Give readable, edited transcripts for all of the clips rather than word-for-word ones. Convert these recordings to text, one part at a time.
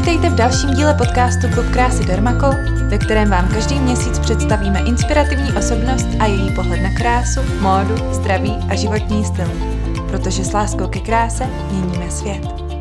Vítejte v dalším díle podcastu Klub krásy Dermakol, ve kterém vám každý měsíc představíme inspirativní osobnost a její pohled na krásu, módu, zdraví a životní styl. Protože s láskou ke kráse měníme svět.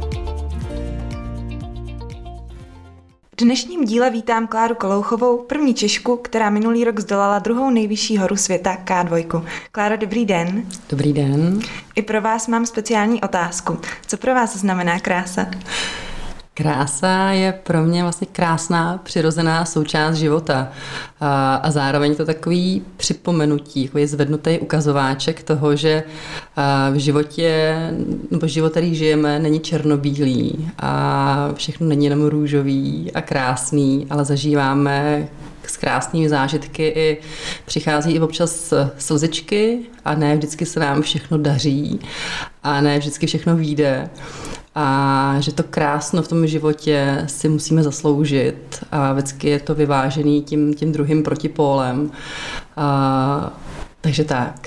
V dnešním díle vítám Kláru Kolouchovou, první Češku, která minulý rok zdolala druhou nejvyšší horu světa K2. Kláro, dobrý den. Dobrý den. I pro vás mám speciální otázku. Co pro vás znamená krása? Krása je pro mě vlastně krásná, přirozená součást života a zároveň to takový připomenutí, takový zvednutý ukazováček toho, že v životě, nebo život, který žijeme, není černobílý a všechno není jenom růžový a krásný, ale zažíváme s krásnými zážitky i přichází i občas slzičky a ne vždycky se nám všechno daří a ne vždycky všechno vyjde. A že to krásno v tom životě si musíme zasloužit a vždycky je to vyvážený tím druhým protipólem. Takže tak.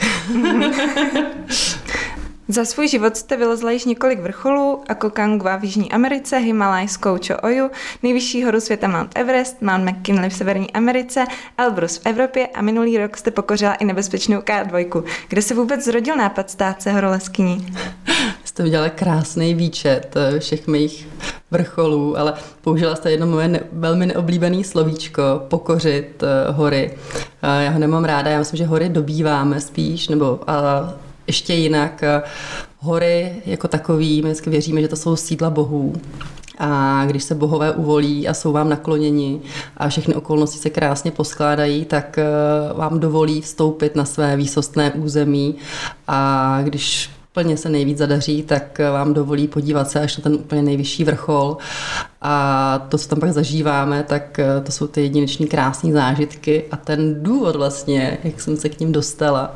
Za svůj život jste vylezla již několik vrcholů, Aconcagua v Jižní Americe, Himalajskou Cho-Oyu, nejvyšší horu světa Mount Everest, Mount McKinley v Severní Americe, Elbrus v Evropě a minulý rok jste pokořila i nebezpečnou K2. Kde se vůbec zrodil nápad stát se horolezkyní? Jste udělala krásný výčet všech mých vrcholů, ale použila jste jedno moje velmi neoblíbené slovíčko, pokořit hory. Já ho nemám ráda, já myslím, že hory dobýváme spíš, nebo ještě jinak hory jako takový, my vždycky věříme, že to jsou sídla bohů. A když se bohové uvolí a jsou vám nakloněni a všechny okolnosti se krásně poskládají, tak vám dovolí vstoupit na své výsostné území a když úplně se nejvíc zadaří, tak vám dovolí podívat se až na ten úplně nejvyšší vrchol a to, co tam pak zažíváme, tak to jsou ty jedineční krásné zážitky a ten důvod vlastně, jak jsem se k ním dostala,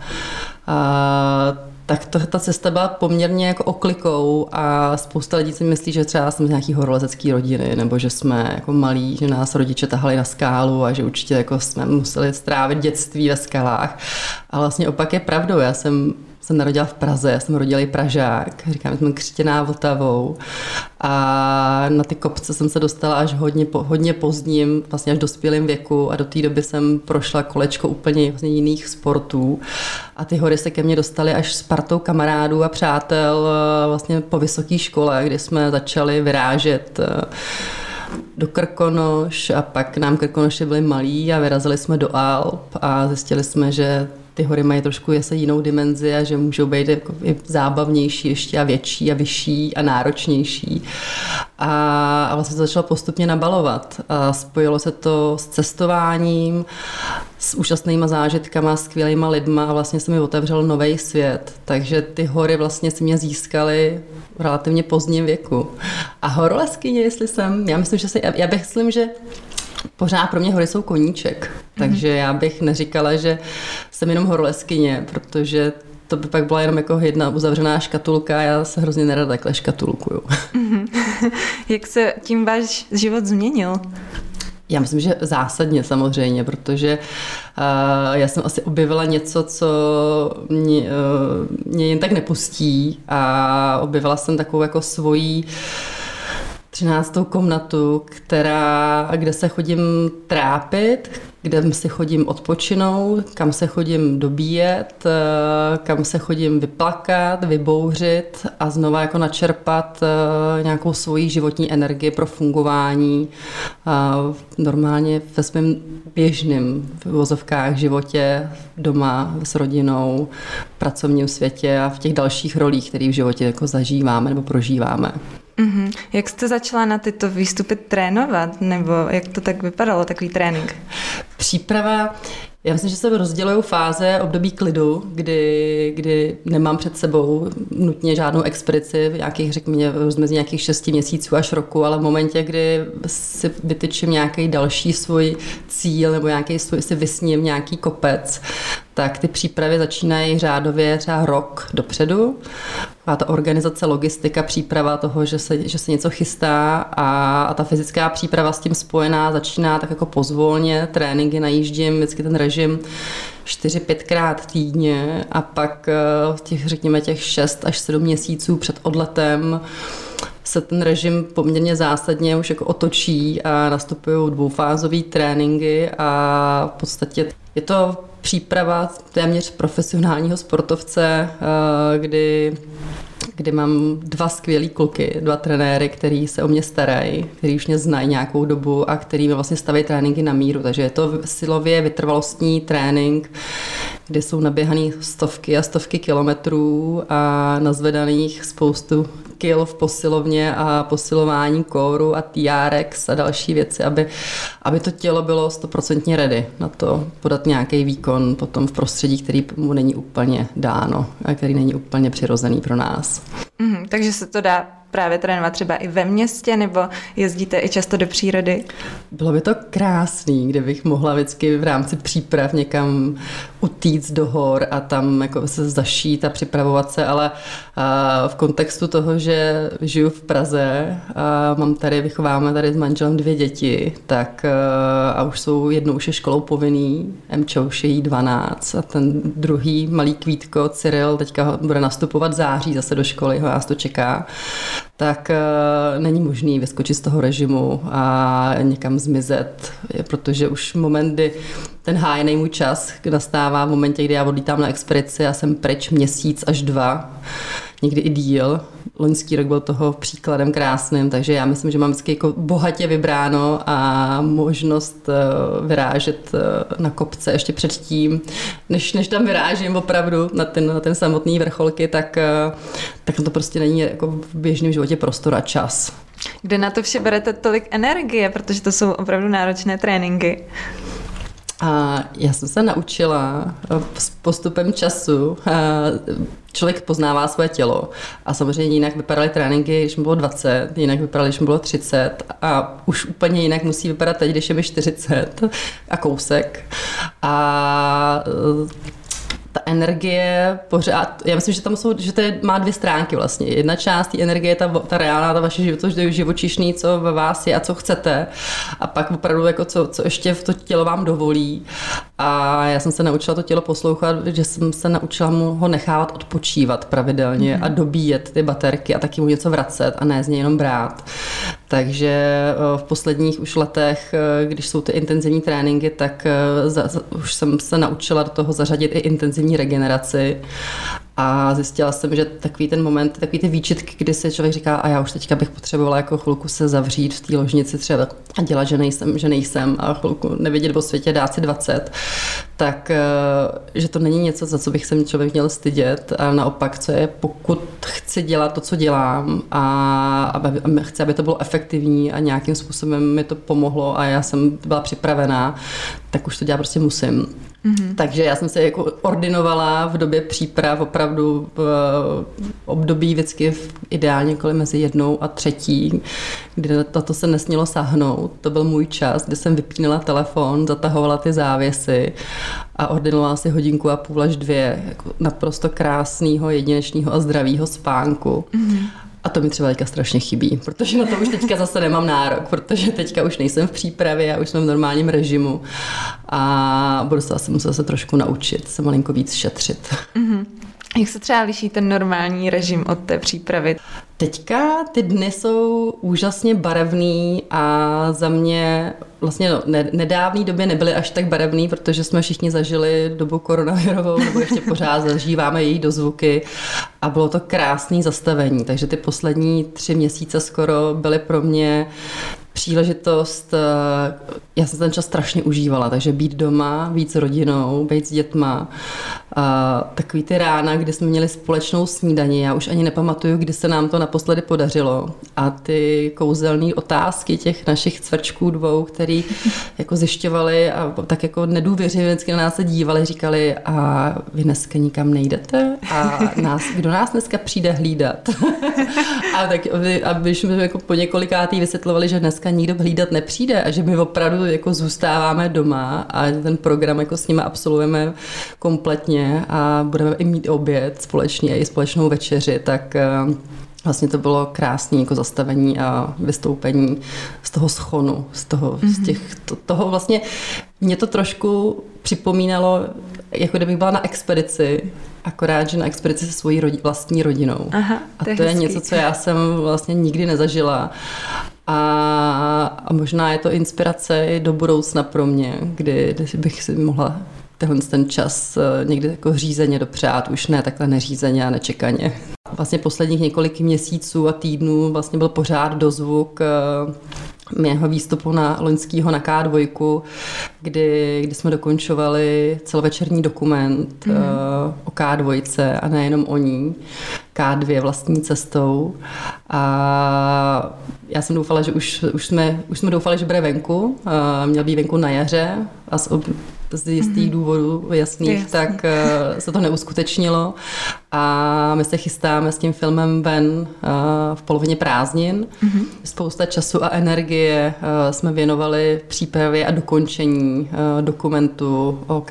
tak ta cesta byla poměrně jako oklikou a spousta lidí si myslí, že třeba jsme z nějaký horolezecký rodiny nebo že jsme jako malí, že nás rodiče tahali na skálu a že určitě jako jsme museli strávit dětství ve skalách. A vlastně opak je pravdou. Já jsem se narodila v Praze, já jsem rodilý Pražák, říkám, že jsem křtěná Vltavou a na ty kopce jsem se dostala až hodně pozdním, vlastně až dospělým věku a do té doby jsem prošla kolečko úplně vlastně jiných sportů a ty hory se ke mně dostaly až s partou kamarádů a přátel vlastně po vysoké škole, kdy jsme začali vyrážet do Krkonoš a pak nám Krkonoše byly malí a vyrazili jsme do Alp a zjistili jsme, že ty hory mají trošku zase jinou dimenzi a že můžou být jako i zábavnější ještě a větší a vyšší a náročnější. A vlastně to začalo postupně nabalovat. A spojilo se to s cestováním, s úžasnýma zážitkama, skvělýma lidma a vlastně se mi otevřel nový svět. Takže ty hory vlastně si mě získaly v relativně pozdním věku. A horolezkyně, já myslím, že pořád pro mě hory jsou koníček, takže já bych neříkala, že jsem jenom horolezkyně, protože to by pak byla jenom jako jedna uzavřená škatulka a já se hrozně nerada takhle škatulkuju. Jak se tím váš život změnil? Já myslím, že zásadně samozřejmě, protože já jsem asi objevila něco, co mě jen tak nepustí a objevila jsem takovou jako svoji 13. komnatu, kde se chodím trápit, kde si chodím odpočinout, kam se chodím dobíjet, kam se chodím vyplakat, vybouřit a znova jako načerpat nějakou svoji životní energii pro fungování normálně ve svém běžném v uvozovkách životě, doma s rodinou, v pracovním světě a v těch dalších rolích, které v životě jako zažíváme nebo prožíváme. Mm-hmm. Jak jste začala na tyto výstupy trénovat, nebo jak to tak vypadalo, takový trénink? Příprava, já myslím, že se rozdělují fáze období klidu, kdy nemám před sebou nutně žádnou expedici v nějakých, řekněme, mezi nějakých 6 měsíců až roku, ale v momentě, kdy si vytyčím nějaký další svůj cíl nebo si vysním nějaký kopec, tak ty přípravy začínají řádově třeba rok dopředu. A ta organizace, logistika, příprava toho, že se něco chystá a ta fyzická příprava s tím spojená začíná tak jako pozvolně, tréninky najíždím, vždycky ten režim 4-5krát týdně a pak těch 6 až 7 měsíců před odletem se ten režim poměrně zásadně už jako otočí a nastupují dvoufázové tréninky a v podstatě je to příprava téměř profesionálního sportovce, kdy mám 2 skvělý kluky, 2 trenéry, který se o mě starají, který už mě znají nějakou dobu a který mi vlastně staví tréninky na míru. Takže je to silově vytrvalostní trénink, kde jsou naběhaný stovky a stovky kilometrů a nazvedaných spoustu kil v posilovně a posilování kóru a TRX a další věci, aby to tělo bylo 100% ready na to podat nějaký výkon potom v prostředí, který mu není úplně dáno a který není úplně přirozený pro nás. Takže se to dá právě trénovat třeba i ve městě, nebo jezdíte i často do přírody? Bylo by to krásný, kdybych mohla vždycky v rámci příprav někam utíct do hor a tam jako se zašít a připravovat se, ale v kontextu toho, že žiju v Praze a vychováme tady s manželem 2 děti, tak a jednou už je školou povinný, Emča už je jí 12 a ten druhý malý kvítko, Cyril, teďka bude nastupovat září zase do školy, ho nás to čeká, tak není možný vyskočit z toho režimu a někam zmizet, protože už moment, kdy ten hájený můj čas nastává v momentě, kdy já odlítám na expedici a jsem pryč měsíc až 2, někdy i díl. Loňský rok byl toho příkladem krásným, takže já myslím, že mám vždycky jako bohatě vybráno a možnost vyrážet na kopce ještě předtím, než tam vyrážím opravdu na ten samotný vrcholky, tak to prostě není jako v běžném životě prostor a čas. Kde na to vše berete tolik energie, protože to jsou opravdu náročné tréninky? A já jsem se naučila s postupem času, člověk poznává své tělo a samozřejmě jinak vypadaly tréninky, když mi bylo 20, jinak vypadaly, když mi bylo 30 a už úplně jinak musí vypadat teď, když je mi 40 a kousek. A ta energie pořád, já myslím, že tam že to má 2 stránky vlastně. Jedna část té energie je ta reálná, ta vaše živočišný, co ve vás je a co chcete. A pak opravdu jako co ještě v to tělo vám dovolí. A já jsem se naučila to tělo poslouchat, že jsem se naučila mu ho nechávat odpočívat pravidelně a dobíjet ty baterky a taky mu něco vracet a ne z něj jenom brát. Takže v posledních už letech, když jsou ty intenzivní tréninky, tak už jsem se naučila do toho zařadit i intenzivní regeneraci a zjistila jsem, že takový ten moment, takový ty výčitky, kdy se člověk říká, a já už teďka bych potřebovala jako chvilku se zavřít v té ložnici třeba a dělat, že nejsem a chvilku nevidět o světě, dát si 20, tak že to není něco, za co bych se člověk měl stydět a naopak, co je, pokud chci dělat to, co dělám a chci, aby to bylo efektivní a nějakým způsobem mi to pomohlo a já jsem byla připravená, tak už to dělat prostě musím. Takže já jsem se jako ordinovala v době příprav opravdu v období vždycky ideálně kolem mezi 1 a 3, kde to se nesmělo sáhnout. To byl můj čas, kdy jsem vypínala telefon, zatahovala ty závěsy a ordinovala si 1,5 hodiny až 2 jako naprosto krásného, jedinečného a zdravého spánku. A to mi třeba teďka strašně chybí, protože na to už teďka zase nemám nárok, protože teďka už nejsem v přípravě, a už jsem v normálním režimu a budu se asi muset se trošku naučit, se malinko víc šetřit. Jak se třeba liší ten normální režim od té přípravy? Teďka ty dny jsou úžasně barevný a za mě vlastně nedávné době nebyly až tak barevný, protože jsme všichni zažili dobu koronavirovou, nebo ještě pořád zažíváme její dozvuky a bylo to krásné zastavení, takže ty poslední 3 měsíce skoro byly pro mě příležitost, já jsem ten čas strašně užívala, takže být doma, být s rodinou, být s dětma, takový ty rána, kdy jsme měli společnou snídani, já už ani nepamatuju, kdy se nám to naposledy podařilo a ty kouzelné otázky těch našich cvrčků 2, který jako zjišťovali a tak jako nedůvěřivě vždycky na nás se dívali, říkali, a vy dneska nikam nejdete a kdo nás dneska přijde hlídat? a když jsme jako po několikátý vysvětlovali, že dneska nikdo hlídat nepřijde a že my opravdu jako zůstáváme doma a ten program jako s nimi absolvujeme kompletně a budeme i mít oběd společně i společnou večeři, tak vlastně to bylo krásné jako zastavení a vystoupení z toho schonu, toho vlastně mě to trošku připomínalo, jako kdybych byla na expedici akorát, že na expedici se svojí vlastní rodinou. Aha, a to je něco, co já jsem vlastně nikdy nezažila. A možná je to inspirace i do budoucna pro mě, kdy bych si mohla ten čas někdy jako řízeně dopřát, už ne takhle neřízeně a nečekaně. Vlastně posledních několik měsíců a týdnů vlastně byl pořád dozvuk mého výstupu loňského na K2, kdy jsme dokončovali celovečerní dokument o K2 a nejenom o ní. K2 vlastní cestou. A já jsem doufala, že už jsme doufali, že bude venku. Měl být venku na jaře a z jistých důvodů jasných, tak se to neuskutečnilo. A my se chystáme s tím filmem ven v polovině prázdnin. Spousta času a energie jsme věnovali přípravě a dokončení dokumentu o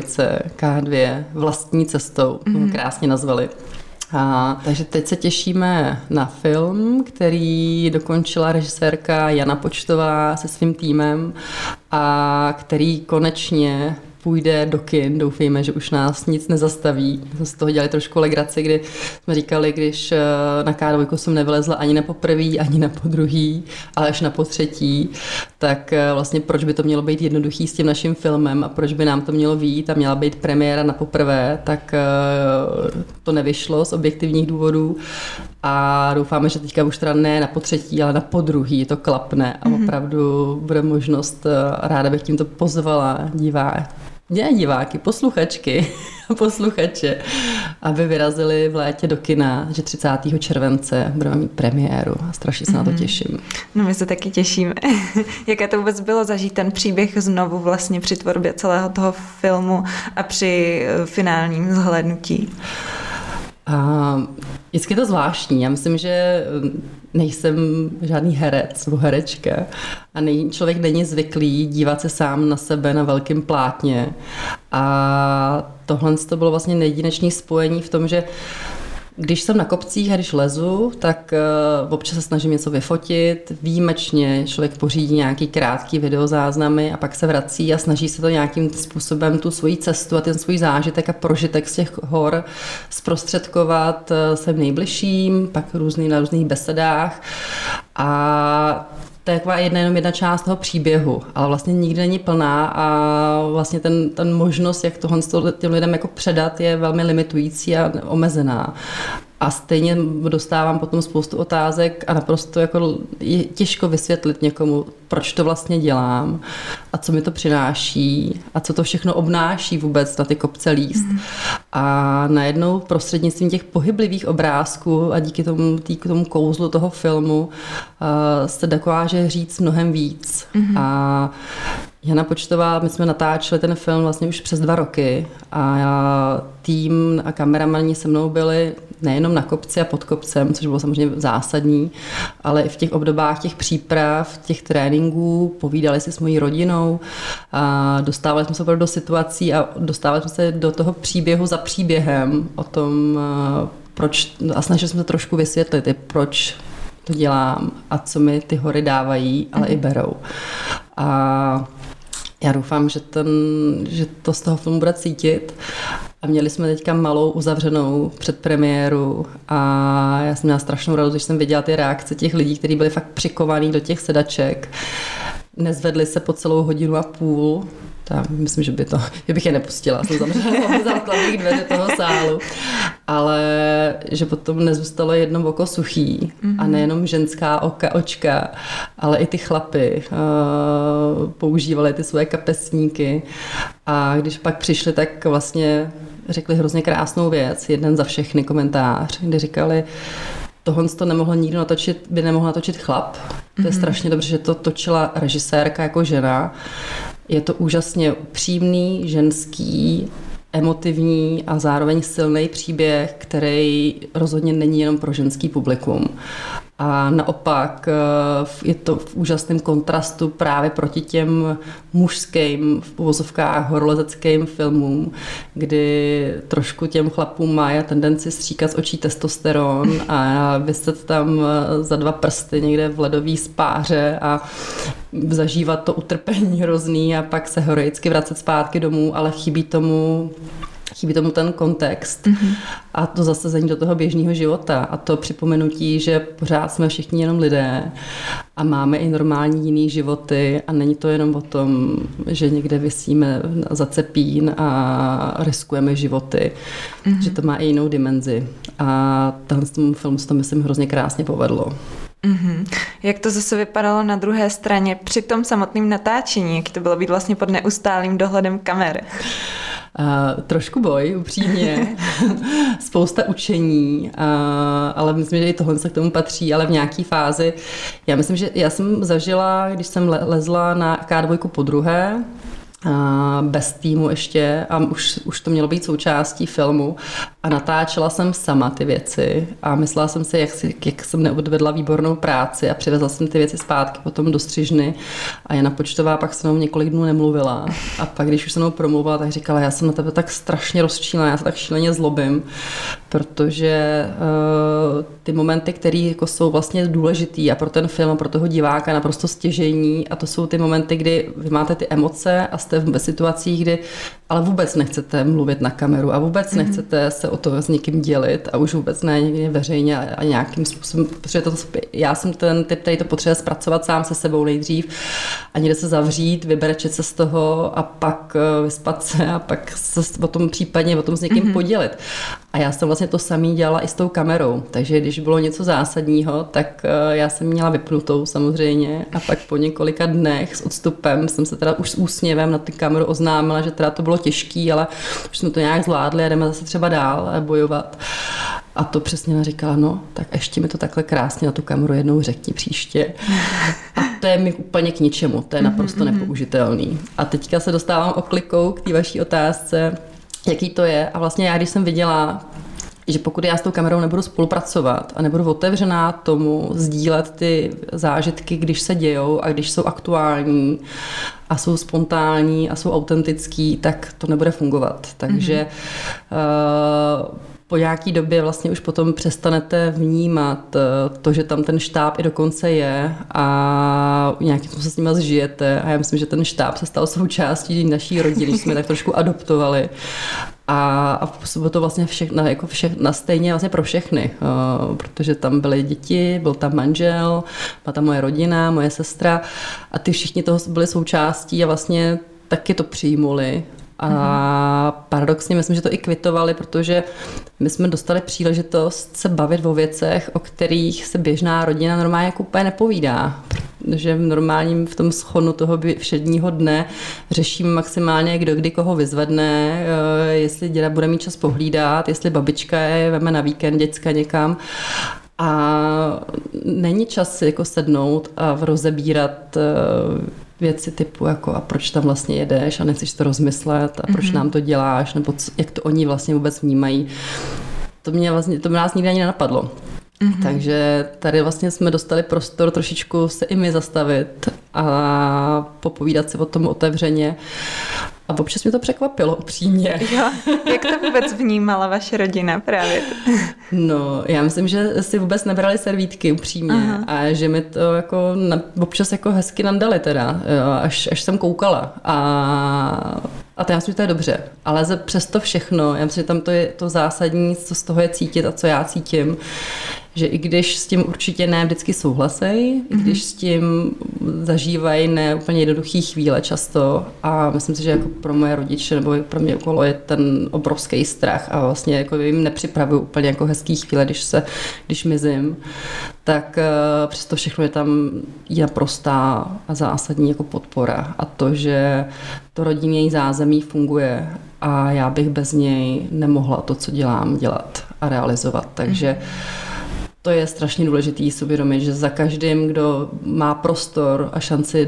K2 vlastní cestou, krásně nazvali. Takže teď se těšíme na film, který dokončila režisérka Jana Počtová se svým týmem a který konečně půjde do kin. Doufejme, že už nás nic nezastaví. Jsme z toho dělali trošku legraci, kdy jsme říkali, když na K2 jsem nevylezla ani na poprvý, ani na podruhý, ale až na potřetí, tak vlastně proč by to mělo být jednoduchý s tím naším filmem a proč by nám to mělo vyjít a měla být premiéra na poprvé, tak to nevyšlo z objektivních důvodů a doufáme, že teďka už teda ne na potřetí, ale na podruhý to klapne a opravdu bude možnost, ráda bych tímto pozvala diváky, posluchačky a posluchače, aby vyrazili v létě do kina, že 30. července budeme mít premiéru a strašně se na to těším. No my se taky těšíme. Jaké to vůbec bylo zažít ten příběh znovu vlastně při tvorbě celého toho filmu a při finálním zhlédnutí? Vždycky je to zvláštní. Já myslím, že nejsem žádný herec nebo herečka a člověk není zvyklý dívat se sám na sebe na velkém plátně. A tohle to bylo vlastně nejjedinečné spojení v tom, že když jsem na kopcích a když lezu, tak občas se snažím něco vyfotit. Výjimečně člověk pořídí nějaký krátký videozáznamy a pak se vrací a snaží se to nějakým způsobem tu svoji cestu a ten svůj zážitek a prožitek z těch hor zprostředkovat svým nejbližším, pak na různých besedách. A to je taková jenom jedna část toho příběhu, ale vlastně nikdy není plná a vlastně ten možnost, jak tohle těm lidem jako předat, je velmi limitující a omezená. A stejně dostávám potom spoustu otázek a naprosto jako je těžko vysvětlit někomu, proč to vlastně dělám a co mi to přináší a co to všechno obnáší vůbec na ty kopce líst. A najednou prostřednictvím těch pohyblivých obrázků a díky tomu kouzlu toho filmu se dokáže říct mnohem víc. A Jana Počtová, my jsme natáčeli ten film vlastně už přes 2 roky a tým a kameramani se mnou byli nejenom na kopci a pod kopcem, což bylo samozřejmě zásadní, ale i v těch obdobách těch příprav, těch tréninků, povídali si s mojí rodinou a dostávali jsme se opravdu do situací a dostávali jsme se do toho příběhu za příběhem o tom, proč, a snažili jsme se trošku vysvětlit, proč to dělám a co mi ty hory dávají, ale i berou. A já doufám, že to z toho filmu bude cítit. A měli jsme teďka malou uzavřenou předpremiéru a já jsem měla strašnou radost, když jsem viděla ty reakce těch lidí, kteří byli fakt přikovaní do těch sedaček. Nezvedli se po celou 1,5 hodiny. Myslím, že bych je nepustila, jsem zamkla bych dveře toho sálu, ale že potom nezůstalo jedno oko suchý a nejenom ženská očka, ale i ty chlapy používali ty svoje kapesníky a když pak přišli, tak vlastně řekli hrozně krásnou věc, jeden za všechny komentář, kde říkali, tohle to by nemohl natočit chlap. To je strašně dobře, že to točila režisérka jako žena. Je to úžasně upřímný, ženský, emotivní a zároveň silný příběh, který rozhodně není jenom pro ženský publikum. A naopak je to v úžasném kontrastu právě proti těm mužským, v uvozovkách horolezeckým filmům, kdy trošku těm chlapům má tendenci stříkat z očí testosteron a vyset tam za 2 prsty někde v ledové spáře a zažívat to utrpení hrozný a pak se heroicky vracet zpátky domů, ale chybí tomu chybí tomu ten kontext a to zasazení do toho běžného života a to připomenutí, že pořád jsme všichni jenom lidé a máme i normální jiný životy a není to jenom o tom, že někde visíme za cepín a riskujeme životy, že to má i jinou dimenzi a tenhle film se to myslím hrozně krásně povedlo. Jak to zase vypadalo na druhé straně při tom samotném natáčení, jak to bylo být vlastně pod neustálým dohledem kamer? Trošku boj, upřímně, spousta učení, ale myslím, že i tohle se k tomu patří, ale v nějaký fázi. Já myslím, že já jsem zažila, když jsem lezla na K2 podruhé, bez týmu ještě a už to mělo být součástí filmu a natáčela jsem sama ty věci a myslela jsem si, jak jsem neodvedla výbornou práci a přivezla jsem ty věci zpátky potom do střižny a Jana Počtová pak se mnou několik dnů nemluvila a pak, když už se mnou promluvila, tak říkala, já jsem na tebe tak strašně rozčílená, já se tak šíleně zlobím, protože ty momenty, které jako jsou vlastně důležitý a pro ten film a pro toho diváka naprosto stěžejní a to jsou ty momenty, kdy vy máte ty emoce a jste v situacích, kdy ale vůbec nechcete mluvit na kameru a vůbec nechcete se o to s někým dělit a už vůbec ne někdy veřejně a nějakým způsobem, protože já jsem ten typ, který to potřebuje zpracovat sám se sebou nejdřív a někde se zavřít, vybrečet se z toho a pak vyspat se a pak se o tom případně o tom s někým podělit. A já jsem vlastně to samý dělala i s tou kamerou, takže když bylo něco zásadního, tak já jsem měla vypnutou samozřejmě a pak po několika dnech s odstupem jsem se teda už s úsměvem na ty kameru oznámila, že teda to bylo těžký, ale už jsme to nějak zvládli a jdeme zase třeba dál bojovat. A to přesně ona říkala, no, tak ještě mi to takhle krásně na tu kameru jednou řekni příště. A to je mi úplně k ničemu, to je naprosto nepoužitelný. A teďka se dostávám oklikou k té vaší otázce, jaký to je. A vlastně já, když jsem viděla, že pokud já s tou kamerou nebudu spolupracovat a nebudu otevřená tomu sdílet ty zážitky, když se dějou a když jsou aktuální a jsou spontánní a jsou autentický, tak to nebude fungovat. Takže po nějaký době vlastně už potom přestanete vnímat to, že tam ten štáb i dokonce je a nějakým způsobem se s nimi zžijete a já myslím, že ten štáb se stal součástí naší rodiny, jsme tak trošku adoptovali a působilo to vlastně na stejně vlastně pro všechny, protože tam byly děti, byl tam manžel, byla tam moje rodina, moje sestra a ty všichni toho byli součástí a vlastně taky to přijmuli. A paradoxně myslím, že to i kvitovali, protože my jsme dostali příležitost se bavit o věcech, o kterých se běžná rodina normálně jako úplně nepovídá. Protože v normálním v tom schonu toho všedního dne řešíme maximálně, kdo kdy koho vyzvedne, jestli děda bude mít čas pohlídat, jestli babička je veme na víkend děcka někam. A není čas si jako sednout a rozebírat věci typu jako a proč tam vlastně jedeš a nechceš to rozmyslet a proč nám to děláš, nebo jak to oni vlastně vůbec vnímají. To nás nikdy ani nenapadlo. Takže tady vlastně jsme dostali prostor trošičku se i my zastavit a popovídat si o tom otevřeně. A občas mě to překvapilo, upřímně. Jo. Jak to vůbec vnímala vaše rodina právě? No, já myslím, že si vůbec nebrali servítky, upřímně. A že mi to jako občas jako hezky nandali teda, jo, až jsem koukala. A to já myslím, že to je dobře. Ale přes to všechno, já myslím, že tam to je to zásadní, co z toho je cítit a co já cítím, že i když s tím určitě ne vždycky souhlasejí, i když s tím zažívají ne úplně jednoduchý chvíle často a myslím si, že jako pro moje rodiče nebo pro mě okolo je ten obrovský strach a vlastně jako jim nepřipravuju úplně jako hezký chvíle, když mizím, tak přesto všechno je tam naprostá a zásadní jako podpora a to, že to rodinné zázemí funguje a já bych bez něj nemohla to, co dělám, dělat a realizovat. Takže to je strašně důležité si uvědomit, že za každým, kdo má prostor a šanci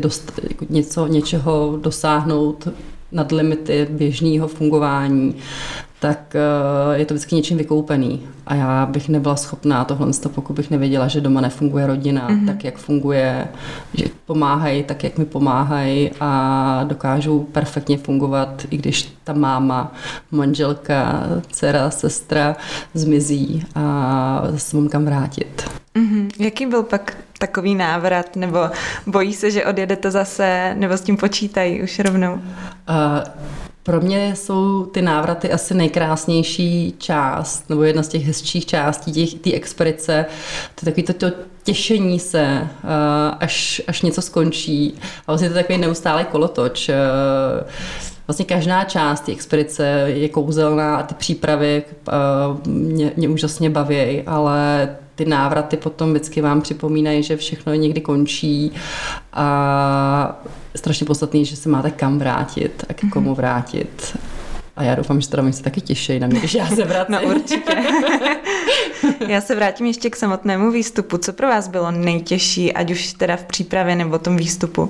něčeho dosáhnout nad limity běžného fungování, tak je to vždycky něčím vykoupený. A já bych nebyla schopná tohle, pokud bych nevěděla, že doma nefunguje rodina tak, jak funguje, že pomáhají tak, jak mi pomáhají a dokážou perfektně fungovat, i když ta máma, manželka, dcera, sestra zmizí a zase mám kam vrátit. Jaký byl pak takový návrat, nebo bojí se, že odjedete zase, nebo s tím počítají už rovnou? Pro mě jsou ty návraty asi nejkrásnější část, nebo jedna z těch hezčích částí té expedice. To je takový to těšení se, až něco skončí. A vlastně to je takový neustálý kolotoč. Vlastně každá část té expedice je kouzelná a ty přípravy mě úžasně baví, ale ty návraty potom vždycky vám připomínají, že všechno někdy končí a strašně podstatný, že se máte kam vrátit a k komu vrátit. A já doufám, že teda mi se taky těší na mě, když já se vracím. No určitě. Já se vrátím ještě k samotnému výstupu. Co pro vás bylo nejtěžší, ať už teda v přípravě nebo tom výstupu?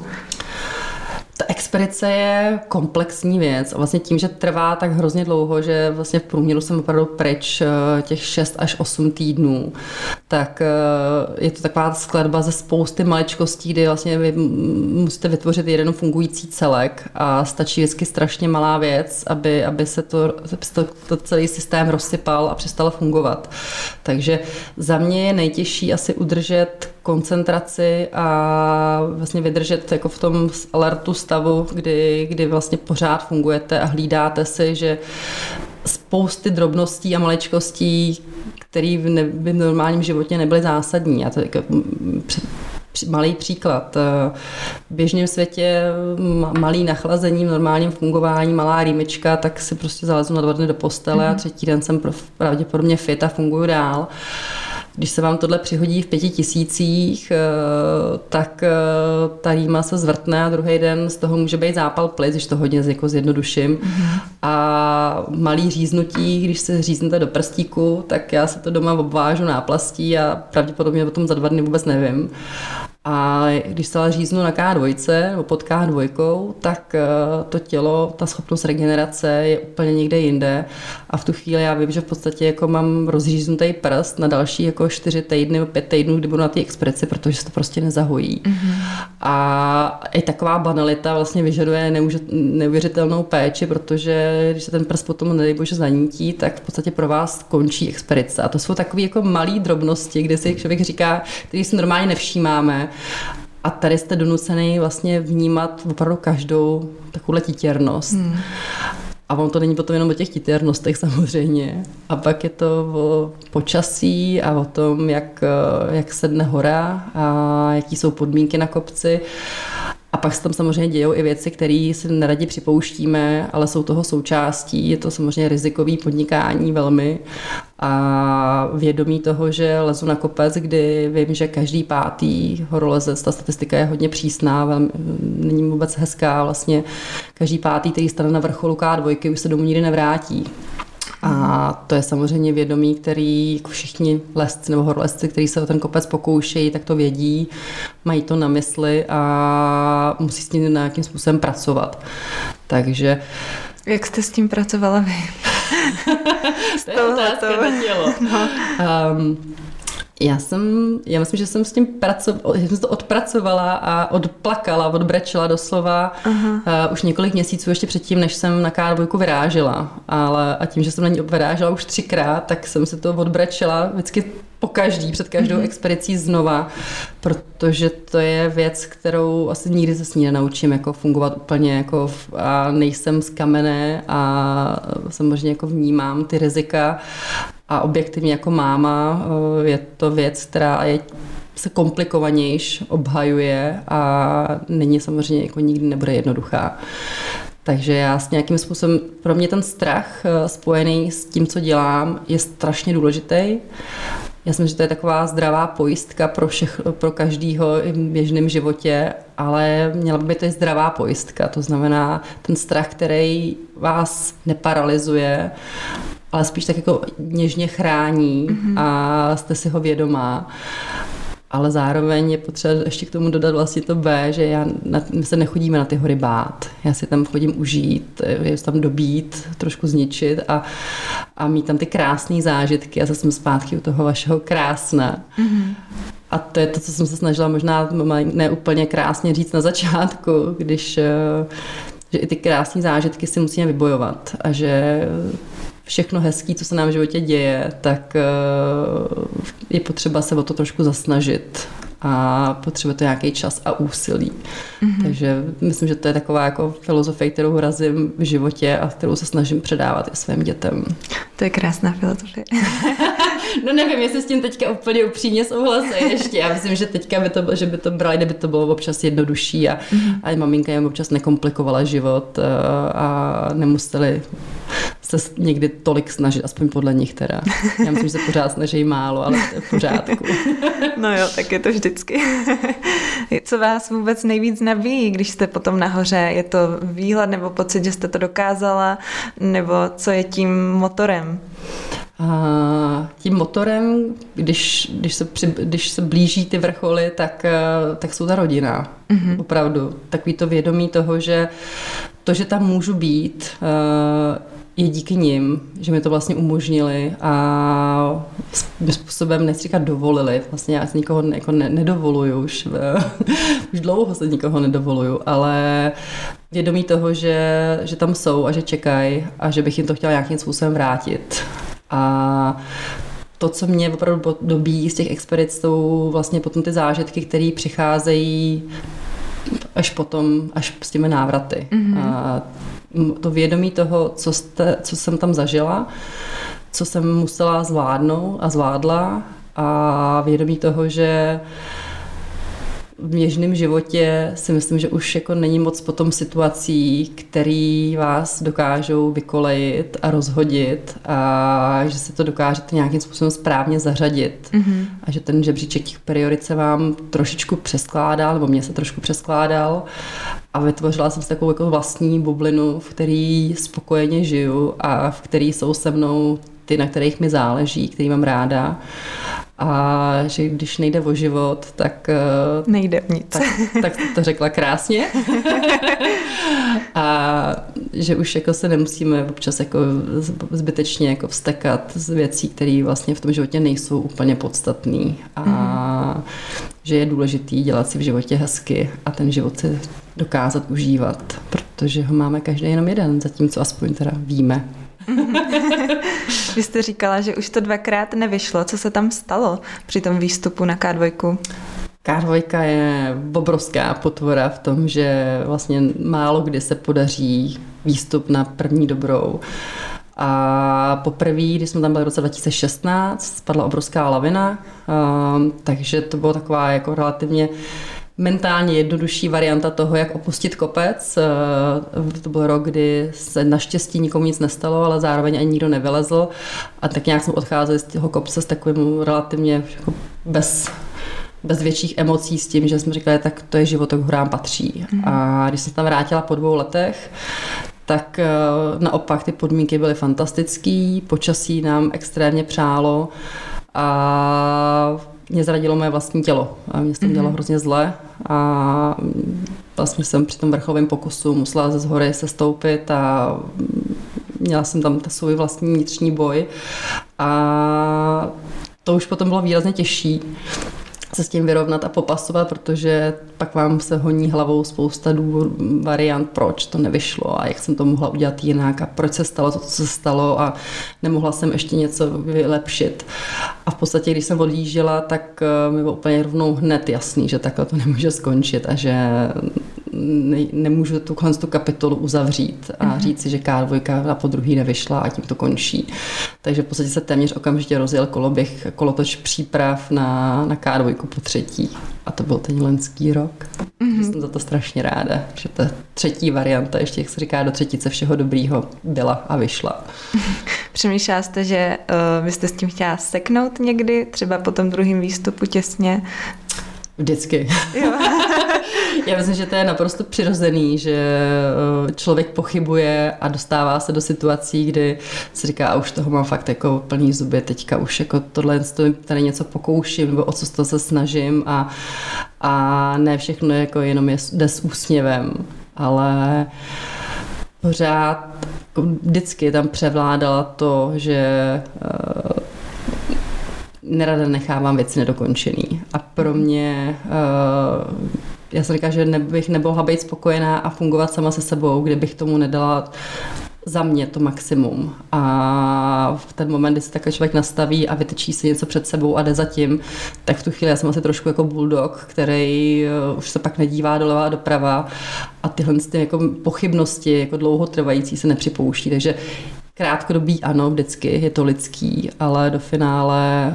Ta expedice je komplexní věc a vlastně tím, že trvá tak hrozně dlouho, že vlastně v průměru jsem opravdu pryč těch 6 až 8 týdnů, tak je to taková skladba ze spousty maličkostí, kdy vlastně vy musíte vytvořit jeden fungující celek a stačí vždycky strašně malá věc, aby se to celý systém rozsypal a přestal fungovat. Takže za mě je nejtěžší asi udržet koncentraci a vlastně vydržet jako v tom alertu stavu, kdy vlastně pořád fungujete a hlídáte si, že spousty drobností a maličkostí, které by v normálním životě nebyly zásadní. A to je jako malý příklad. V běžném světě malý nachlazení, v normálním fungování, malá rýmička, tak si prostě zalezu na 2 dny do postele a třetí den jsem pravděpodobně fit a funguju dál. Když se vám tohle přihodí v 5000, tak ta rýma se zvrtne a druhý den z toho může být zápal plic, když to hodně jako zjednoduším. A malý říznutí, když se říznete do prstíku, tak já se to doma obvážu náplastí a pravděpodobně o tom za 2 dny vůbec nevím. A když se ale říznu na K2 nebo pod K2, tak to tělo, ta schopnost regenerace je úplně někde jinde a v tu chvíli já vím, že v podstatě jako mám rozříznutý prst na další jako 4 týdny nebo 5 týdnů, kdy budu na té expedici, protože se to prostě nezahojí. A i taková banalita vlastně vyžaduje neuvěřitelnou péči, protože když se ten prst potom nedej bože zanítí, tak v podstatě pro vás končí expedice. A to jsou takové jako malé drobnosti, kde si člověk říká, který si normálně nevšímáme. A tady jste donucený vlastně vnímat opravdu každou takovouhle titěrnost. A on to není potom jenom o těch titěrnostech samozřejmě. A pak je to o počasí a o tom, jak sedne hora a jaký jsou podmínky na kopci. A pak se tam samozřejmě dějou i věci, které si neradi připouštíme, ale jsou toho součástí. Je to samozřejmě rizikový podnikání velmi. A vědomí toho, že lezu na kopec, kdy vím, že každý 5. horolezec, ta statistika je hodně přísná, není vůbec hezká. Vlastně každý 5., který stane na vrcholu K2, už se domů nikdy nevrátí. A to je samozřejmě vědomí, který jako všichni lesci nebo horolezci, kteří se o ten kopec pokoušejí, tak to vědí, mají to na mysli a musí s tím nějakým způsobem pracovat. Takže... Jak jste s tím pracovala vy? To je otázka na tělo. No. Já myslím, že jsem s tím že jsem to odpracovala a odplakala, odbrečela doslova už několik měsíců ještě předtím, než jsem na K2 vyrážela. A tím, že jsem na ní vyrážela už 3krát, tak jsem si to odbrečela vždycky před každou expedicí znova, protože to je věc, kterou asi nikdy se s ní nenaučím jako fungovat úplně jako a nejsem z kamene a samozřejmě jako vnímám ty rizika a objektivně jako máma je to věc, která se komplikovanějš obhajuje a není samozřejmě jako nikdy nebude jednoduchá. Takže já s nějakým způsobem, pro mě ten strach spojený s tím, co dělám, je strašně důležitý. Já si myslím, že to je taková zdravá pojistka pro každýho v běžném životě, ale měla by být to i zdravá pojistka. To znamená ten strach, který vás neparalyzuje, ale spíš tak jako něžně chrání a jste si ho vědomá. Ale zároveň je potřeba ještě k tomu dodat vlastně to B, že my se nechodíme na ty hory bát. Já si tam chodím užít, tam dobít, trošku zničit a mít tam ty krásné zážitky a zase jsem zpátky u toho vašeho krásna. A to je to, co jsem se snažila možná ne úplně krásně říct na začátku, že i ty krásné zážitky si musíme vybojovat a že všechno hezké, co se nám v životě děje, tak je potřeba se o to trošku zasnažit a potřebuje to nějaký čas a úsilí. Takže myslím, že to je taková jako filozofie, kterou razím v životě a kterou se snažím předávat i svým dětem. To je krásná filozofie. No nevím, jestli s tím teďka úplně upřímně souhlasím ještě. Já myslím, že teďka že by to brali, kdyby to bylo občas jednodušší a maminka jim občas nekomplikovala život a nemuseli se někdy tolik snažit, aspoň podle nich teda. Já myslím, že se pořád snaží málo, ale to je v pořádku. No jo, tak je to vždycky. Co vás vůbec nejvíc nabíjí, když jste potom nahoře? Je to výhled nebo pocit, že jste to dokázala? Nebo co je tím motorem? A tím motorem, když se blíží ty vrcholy, tak jsou ta rodina. Opravdu. Takový to vědomí toho, že tam můžu být, je díky nim, že mi to vlastně umožnili a způsobem, nechci říkat dovolili, vlastně já se nikoho jako nedovoluju, už dlouho se nikoho nedovoluju, ale vědomí toho, že tam jsou a že čekají a že bych jim to chtěla nějakým způsobem vrátit. A to, co mě opravdu dobíjí z těch expedic, jsou vlastně potom ty zážitky, které přicházejí až s těmi návraty. A to vědomí toho, co jsem tam zažila, co jsem musela zvládnout a zvládla a vědomí toho, že v běžném životě si myslím, že už jako není moc potom situací, které vás dokážou vykolejit a rozhodit a že se to dokážete nějakým způsobem správně zařadit a že ten žebříček těch priorit se vám trošičku přeskládal, nebo mě se trošku přeskládal a vytvořila jsem si takovou jako vlastní bublinu, v který spokojeně žiju a v který jsou se mnou ty, na kterých mi záleží, který mám ráda. A že když nejde o život, tak... Nejde o nic. Tak to řekla krásně. A že už jako se nemusíme občas jako zbytečně jako vztekat z věcí, které vlastně v tom životě nejsou úplně podstatné. A že je důležitý dělat si v životě hezky a ten život si dokázat užívat, protože ho máme každý jenom jeden, zatímco aspoň teda víme. Vy jste říkala, že už to 2krát nevyšlo. Co se tam stalo při tom výstupu na K2? K2 je obrovská potvora v tom, že vlastně málo kdy se podaří výstup na první dobrou. A poprvé, když jsme tam byli v roce 2016, spadla obrovská lavina, takže to bylo taková jako relativně mentálně jednodušší varianta toho, jak opustit kopec. To byl rok, kdy se naštěstí nikomu nic nestalo, ale zároveň ani nikdo nevylezl. A tak nějak jsme odcházeli z toho kopce s takovým relativně jako bez větších emocí s tím, že jsme říkali, tak to je život, to k horám patří. A když jsem tam vrátila po 2 letech, tak naopak ty podmínky byly fantastický, počasí nám extrémně přálo a mě zradilo moje vlastní tělo a mě se to dělo hrozně zle a vlastně jsem při tom vrcholovém pokusu musela ze hory sestoupit a měla jsem tam svůj vlastní vnitřní boj a to už potom bylo výrazně těžší se s tím vyrovnat a popasovat, protože pak vám se honí hlavou spousta variant, proč to nevyšlo a jak jsem to mohla udělat jinak a proč se stalo to, co se stalo a nemohla jsem ještě něco vylepšit. A v podstatě, když jsem odjížděla, tak mi bylo úplně rovnou hned jasný, že takhle to nemůže skončit a že nemůžu tu kapitolu uzavřít a říct si, že K2 po druhý nevyšla a tím to končí. Takže v podstatě se téměř okamžitě rozjel kolotoč příprav na K2 po 3. A to byl ten loňský rok. Jsem za to strašně ráda, že ta 3. varianta, ještě jak se říká do 3. všeho dobrýho, byla a vyšla. Přemýšlela jste, že byste s tím chtěla seknout někdy, třeba po tom druhém výstupu těsně? Vždycky. Jo. Já myslím, že to je naprosto přirozený, že člověk pochybuje a dostává se do situací, kdy se říká, a už toho mám fakt jako plný zuby, teďka už jako tohle tady něco pokouším, nebo o co se snažím a ne všechno jako jenom jde s úsměvem, ale pořád vždycky tam převládala to, že nerada nechávám věci nedokončený. A pro mě, já jsem říkala, že bych nemohla být spokojená a fungovat sama se sebou, kdybych tomu nedala za mě to maximum. A v ten moment, kdy se takhle člověk nastaví a vytečí si něco před sebou a jde za tím, tak v tu chvíli já jsem asi trošku jako bulldog, který už se pak nedívá doleva a doprava a tyhle jako pochybnosti jako dlouhotrvající se nepřipouští. Takže krátkodobí ano, vždycky je to lidský, ale do finále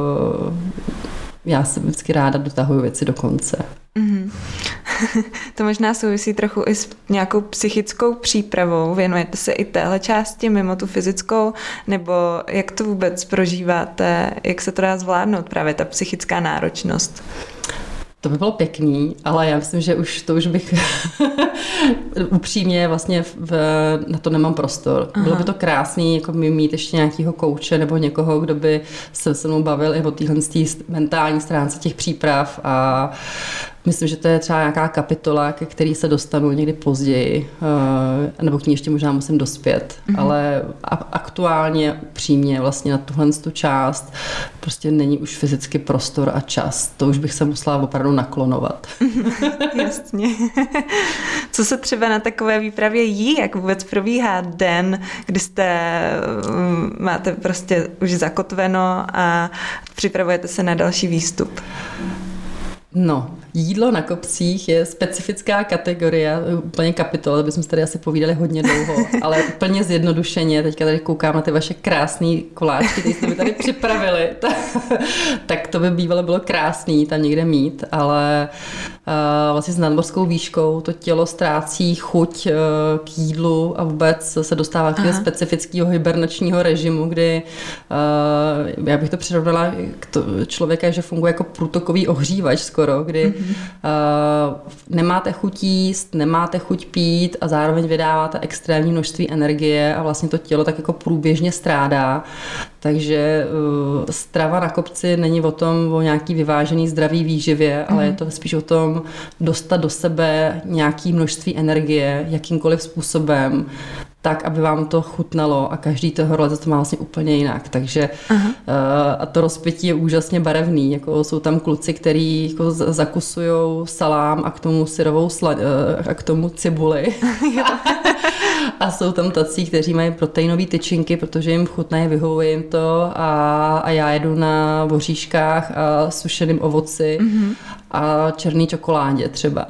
já se vždycky ráda dotahuju věci do konce. Mm-hmm. To možná souvisí trochu i s nějakou psychickou přípravou. Věnujete se i téhle části mimo tu fyzickou, nebo jak to vůbec prožíváte, jak se to dá zvládnout, právě ta psychická náročnost? To by bylo pěkný, ale já myslím, že už bych upřímně vlastně na to nemám prostor. Aha. Bylo by to krásný jako mít ještě nějakého kouče nebo někoho, kdo by se mnou bavil i o téhle mentální stránce těch příprav a myslím, že to je třeba nějaká kapitola, ke který se dostanu někdy později, nebo k ní ještě možná musím dospět, ale aktuálně upřímně vlastně na tuhle část prostě není už fyzicky prostor a čas. To už bych se musela opravdu naklonovat. Jasně. Co se třeba na takové výpravě jí, jak vůbec probíhá den, kdy máte prostě už zakotveno a připravujete se na další výstup? No, jídlo na kopcích je specifická kategorie, úplně kapitola, bychom se tady asi povídali hodně dlouho, ale úplně zjednodušeně, teďka tady koukám na ty vaše krásné koláčky, které jste mi tady připravili, tak to by bývalo bylo krásný tam někde mít, ale vlastně s nadmořskou výškou to tělo ztrácí chuť k jídlu a vůbec se dostává k specifického hibernačního režimu, kdy já bych to přirovnala k člověka, že funguje jako průtokový ohřívač skoro, kdy nemáte chuť jíst, nemáte chuť pít a zároveň vydáváte extrémní množství energie a vlastně to tělo tak jako průběžně strádá. Takže strava na kopci není o tom, o nějaký vyvážený zdravý výživě, ale je to spíš o tom dostat do sebe nějaké množství energie jakýmkoliv způsobem, tak, aby vám to chutnalo a každý toho leze to má vlastně úplně jinak. Takže a to rozpětí je úžasně barevný. Jako jsou tam kluci, který jako zakusujou salám a k tomu syrovou a k tomu cibuli. A jsou tam tací, kteří mají proteinové tyčinky, protože jim chutnají, vyhovuje jim to a já jedu na voříškách a sušeným ovoci a černý čokoládě třeba.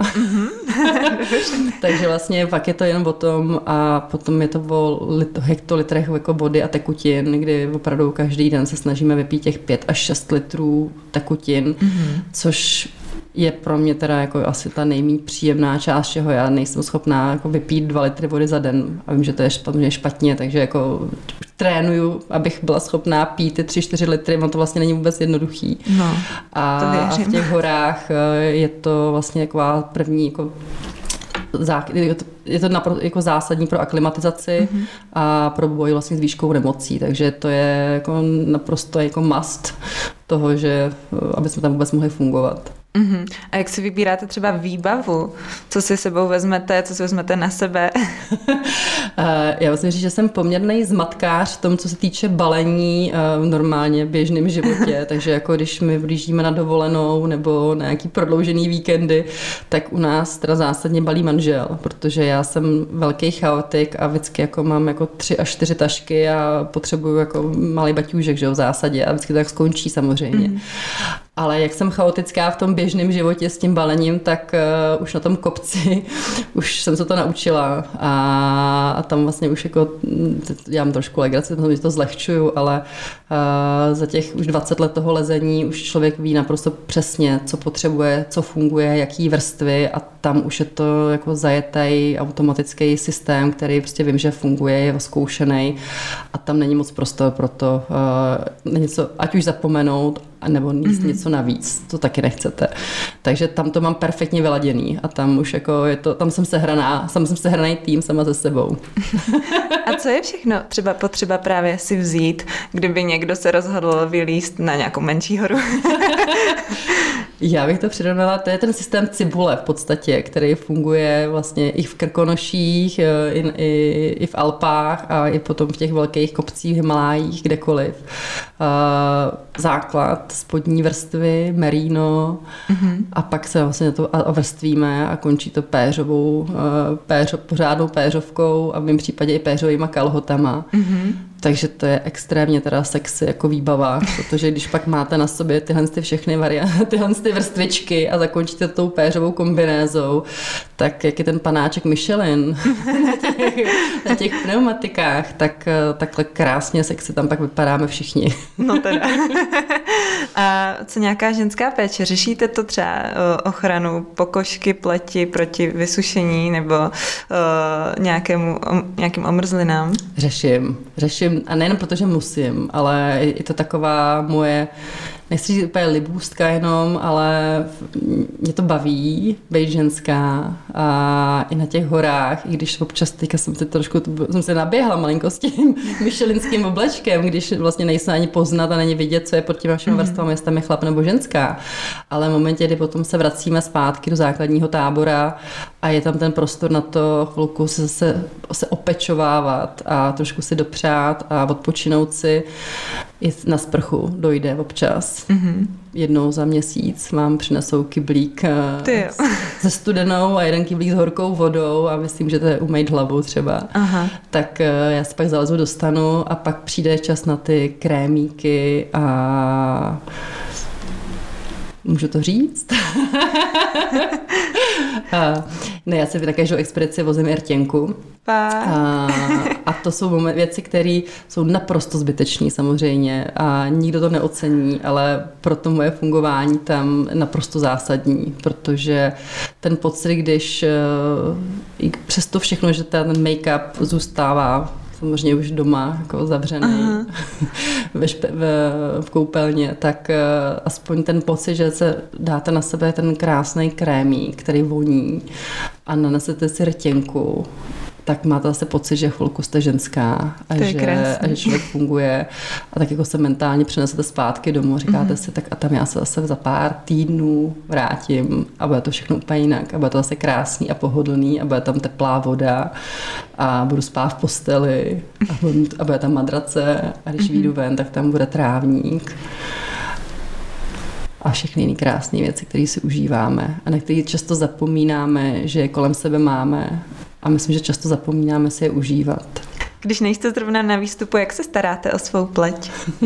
Takže vlastně pak je to jenom o tom a potom je to o hektolitrech jako vody a tekutin, kdy opravdu každý den se snažíme vypít těch 5 až 6 litrů tekutin, což je pro mě teda jako asi ta nejméně příjemná část, čeho já nejsem schopná jako vypít 2 litry vody za den a vím, že to je špatně, takže jako trénuju, abych byla schopná pít ty 3-4 litry, to vlastně není vůbec jednoduchý. No, a v těch horách je to vlastně taková první jako je to jako zásadní pro aklimatizaci a pro boj vlastně s výškou nemocí, takže to je jako naprosto jako must toho, že aby jsme tam vůbec mohli fungovat. A jak si vybíráte třeba výbavu? Co si sebou vezmete, co si vezmete na sebe? Já vlastně říct, že jsem poměrný zmatkář v tom, co se týče balení normálně v běžném životě, takže jako když my vlížíme na dovolenou nebo na nějaký prodloužený víkendy, tak u nás teda zásadně balí manžel, protože já jsem velký chaotik a vždycky jako mám jako 3 až 4 tašky a potřebuju jako malý baťůžek, že jo, v zásadě a vždycky to tak skončí samozřejmě. Ale jak jsem chaotická v tom běžném životě s tím balením, tak už na tom kopci už jsem se to naučila a tam vlastně už jako, já mám trošku legraci, protože to zlehčuju, ale za těch už 20 let toho lezení už člověk ví naprosto přesně, co potřebuje, co funguje, jaký vrstvy a tam už je to jako zajetý automatický systém, který prostě vím, že funguje, je zkoušený a tam není moc prostor pro to něco, ať už zapomenout, nebo něco navíc, to taky nechcete. Takže tam to mám perfektně vyladěný a tam už jako je to, tam jsem sehraný tým sama se sebou. A co je všechno třeba potřeba právě si vzít, kdyby někdo se rozhodl vylízt na nějakou menší horu? Já bych to přirovnala, to je ten systém cibule v podstatě, který funguje vlastně i v Krkonoších, i v Alpách a i potom v těch velkých kopcích, Himalájích, kdekoliv. Základ, spodní vrstvy, merino a pak se vlastně to vrstvíme a končí to pořádnou péřovkou a v mém případě i péřovýma kalhotama. Takže to je extrémně teda sexy jako výbava, protože když pak máte na sobě tyhle všechny tyhle vrstvičky a zakončíte tou péřovou kombinézou, tak jak je ten panáček Michelin na těch pneumatikách, tak takhle krásně sexy tam pak vypadáme všichni. No teda. A co nějaká ženská péče? Řešíte to třeba ochranu pokožky, pleti proti vysušení nebo nějakým omrzlinám? Řeším a nejen protože musím, ale je to taková moje, nechci říct úplně libůstka jenom, ale mě to baví být ženská a i na těch horách, i když občas teďka jsem se naběhla malinko s tím michelinským oblečkem, když vlastně nejsem ani poznat a není vidět, co je pod těma všemi vrstvami, jestli tam je chlap nebo ženská. Ale v momentě, kdy potom se vracíme zpátky do základního tábora a je tam ten prostor na to chvilku se opečovávat a trošku si dopřát a odpočinout si, i na sprchu dojde občas. Jednou za měsíc přinesou kyblík se studenou a jeden kyblík s horkou vodou a myslím, že to je umýt hlavu třeba. Aha. Tak já se pak zalezu do stanu a pak přijde čas na ty krémíky a můžu to říct? Ne, já si na každou expedici vozím i rtěnku. A to jsou věci, které jsou naprosto zbytečné samozřejmě a nikdo to neocení, ale pro to moje fungování tam naprosto zásadní, protože ten pocit, když přes to všechno, že ten make-up zůstává samozřejmě už doma jako zavřený v koupelně, tak aspoň ten pocit, že se dáte na sebe ten krásný krémík, který voní a nanesete si rtěnku, tak máte zase pocit, že chvilku jste ženská a že člověk funguje a tak jako se mentálně přenesete zpátky domů, říkáte si, tak a tam já se zase za pár týdnů vrátím a bude to všechno úplně jinak a bude to zase krásný a pohodlný a bude tam teplá voda a budu spát v posteli a bude tam madrace a když vyjdu ven, tak tam bude trávník a všechny jiné krásné věci, které si užíváme a na které často zapomínáme, že je kolem sebe máme. A myslím, že často zapomínáme si je užívat. Když nejste zrovna na výstupu, jak se staráte o svou pleť?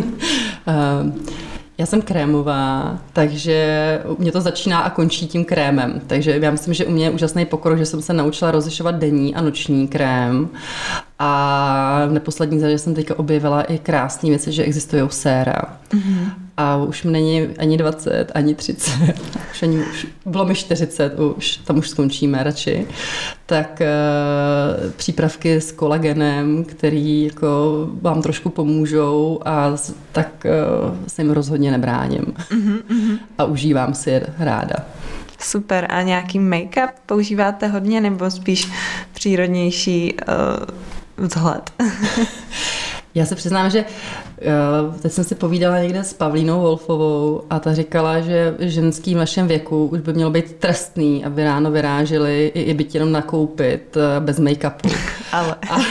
Já jsem krémová, takže mě to začíná a končí tím krémem. Takže já myslím, že u mě je úžasný pokrok, že jsem se naučila rozlišovat denní a noční krém. A v neposlední řadě jsem teďka objevila i krásné věci, že existují séra. A už mi není ani 20, ani 30, už bylo mi 40, tam už skončíme radši. Tak přípravky s kolagenem, který jako vám trošku pomůžou a tak se jim rozhodně nebráním. A užívám si je ráda. Super. A nějaký make-up používáte hodně nebo spíš přírodnější vzhled? Já se přiznám, že teď jsem si povídala někde s Pavlínou Wolfovou a ta říkala, že ženský v našem věku už by mělo být trestný, aby ráno vyráželi i byť jenom nakoupit bez make-upu. Ale...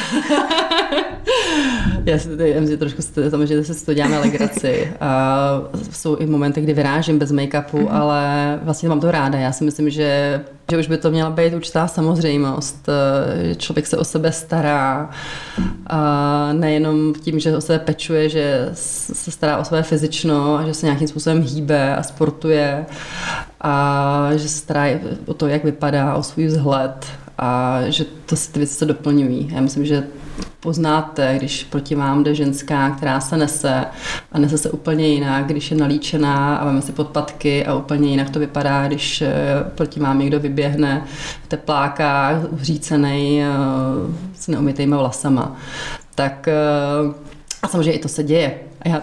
Já si trošku samozřejmě si to děláme legraci. A jsou i momenty, kdy vyrážím bez make-upu, ale vlastně mám to ráda. Já si myslím, že už by to měla být určitá samozřejmost. Člověk se o sebe stará a nejenom tím, že o sebe pečuje, že se stará o své fyzično a že se nějakým způsobem hýbe a sportuje a že se stará o to, jak vypadá, o svůj vzhled a že ty věci se doplňují. Já myslím, že poznáte, když proti vám jde ženská, která se nese a nese se úplně jinak, když je nalíčená a máme si podpatky a úplně jinak to vypadá, když proti vám někdo vyběhne v teplákách, uhřícenej s neumytejma vlasama. Tak a samozřejmě i to se děje.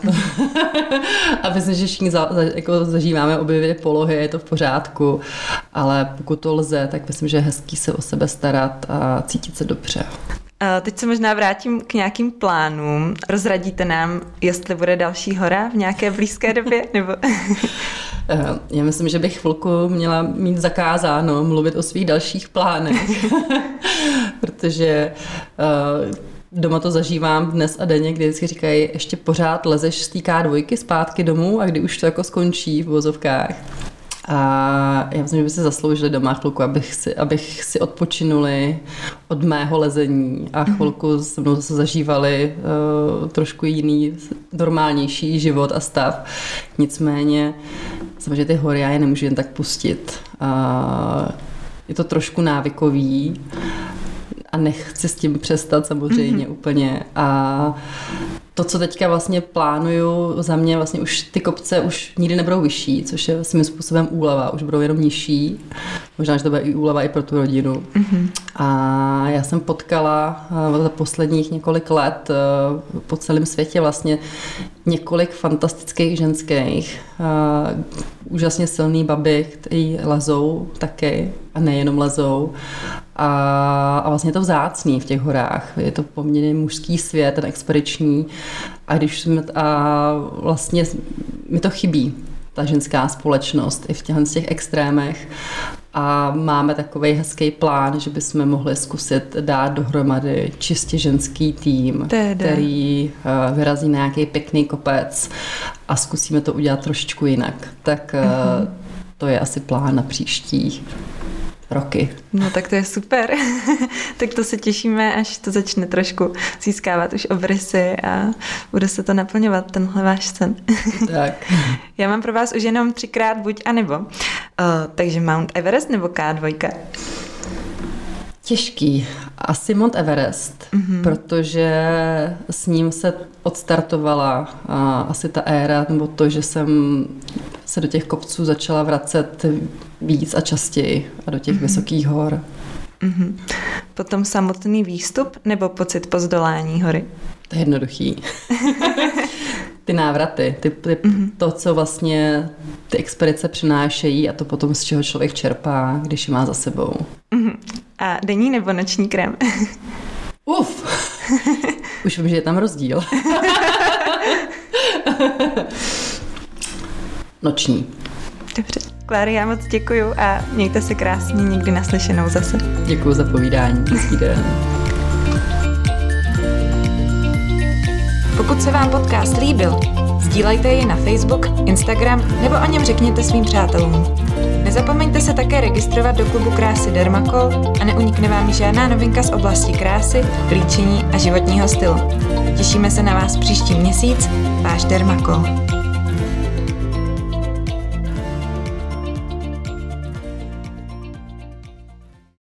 A myslím, že všichni jako zažíváme obě dvě polohy, je to v pořádku, ale pokud to lze, tak myslím, že je hezký se o sebe starat a cítit se dobře. Teď se možná vrátím k nějakým plánům. Rozradíte nám, jestli bude další hora v nějaké blízké době? Nebo... Já myslím, že bych chvilku měla mít zakázáno mluvit o svých dalších plánech, protože doma to zažívám dnes a denně, kdy vždycky říkají, ještě pořád lezeš z té K2 zpátky domů a kdy už to jako skončí v vozovkách. A já myslím, že by si zasloužili doma chvilku, abych si odpočinuli od mého lezení a chvilku se mnou zase zažívali trošku jiný, normálnější život a stav. Nicméně, samozřejmě ty hory já je nemůžu jen tak pustit. Je to trošku návykový a nechci s tím přestat samozřejmě úplně. A to, co teďka vlastně plánuju za mě, vlastně už ty kopce už nikdy nebudou vyšší, což je svým způsobem úleva, už budou jenom nižší. Možná, že to bude i úleva i pro tu rodinu. A já jsem potkala za posledních několik let po celém světě vlastně několik fantastických ženských, úžasně silný baby, který lezou taky a nejenom lezou. A vlastně to vzácný v těch horách. Je to poměrně mužský svět, ten expediční. A vlastně mi to chybí, ta ženská společnost i v těch extrémech. A máme takovej hezký plán, že bychom mohli zkusit dát dohromady čistě ženský tým, který vyrazí na nějaký pěkný kopec a zkusíme to udělat trošičku jinak. Tak to je asi plán na příští roky. No tak to je super. Tak to se těšíme, až to začne trošku získávat už obrysy a bude se to naplňovat, tenhle váš sen. Tak. Já mám pro vás už jenom 3krát buď a nebo. Takže Mount Everest nebo K2? Těžký. Asi Mount Everest, protože s ním se odstartovala asi ta éra, nebo to, že jsem se do těch kopců začala vracet víc a častěji a do těch vysokých hor. Potom samotný výstup nebo pocit po zdolání hory? To je jednoduchý. Ty návraty, to, co vlastně ty expedice přinášejí a to potom, z čeho člověk čerpá, když je má za sebou. A denní nebo noční krém? Už vím, že je tam rozdíl. Noční. Dobře. Kláry, já moc děkuju a mějte se krásně, někdy naslyšenou zase. Děkuju za povídání. Hezký den. Pokud se vám podcast líbil, sdílejte ji na Facebook, Instagram nebo o něm řekněte svým přátelům. Nezapomeňte se také registrovat do klubu krásy Dermacol a neunikne vám žádná novinka z oblasti krásy, líčení a životního stylu. Těšíme se na vás příští měsíc, váš Dermacol.